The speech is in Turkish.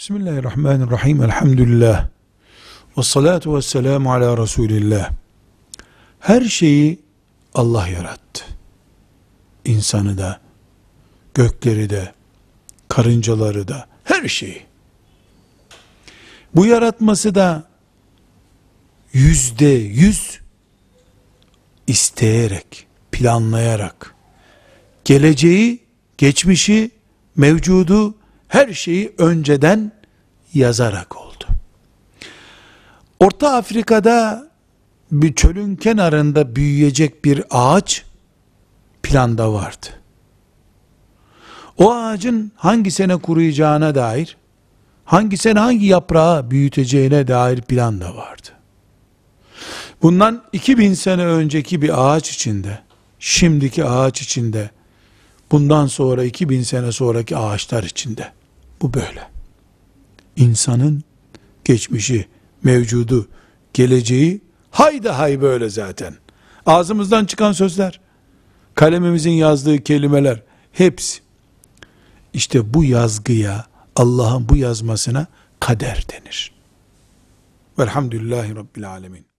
Bismillahirrahmanirrahim. Elhamdülillah. Ve salatu ve selamu ala Resulillah. Her şeyi Allah yarattı. İnsanı da, gökleri de, karıncaları da, her şeyi. Bu yaratması da %100 isteyerek, planlayarak, geleceği, geçmişi, mevcudu, her şeyi önceden yazarak oldu. Orta Afrika'da bir çölün kenarında büyüyecek bir ağaç planda vardı. O ağacın hangi sene kuruyacağına dair, hangi sene hangi yaprağı büyüteceğine dair plan da vardı. Bundan 2000 sene önceki bir ağaç içinde, şimdiki ağaç içinde, bundan sonra 2000 sene sonraki ağaçlar içinde. Bu böyle. İnsanın geçmişi, mevcudu, geleceği hayda hay böyle zaten. Ağzımızdan çıkan sözler, kalemimizin yazdığı kelimeler, hepsi. İşte bu yazgıya, Allah'ın bu yazmasına kader denir. Velhamdülillahi Rabbil Alemin.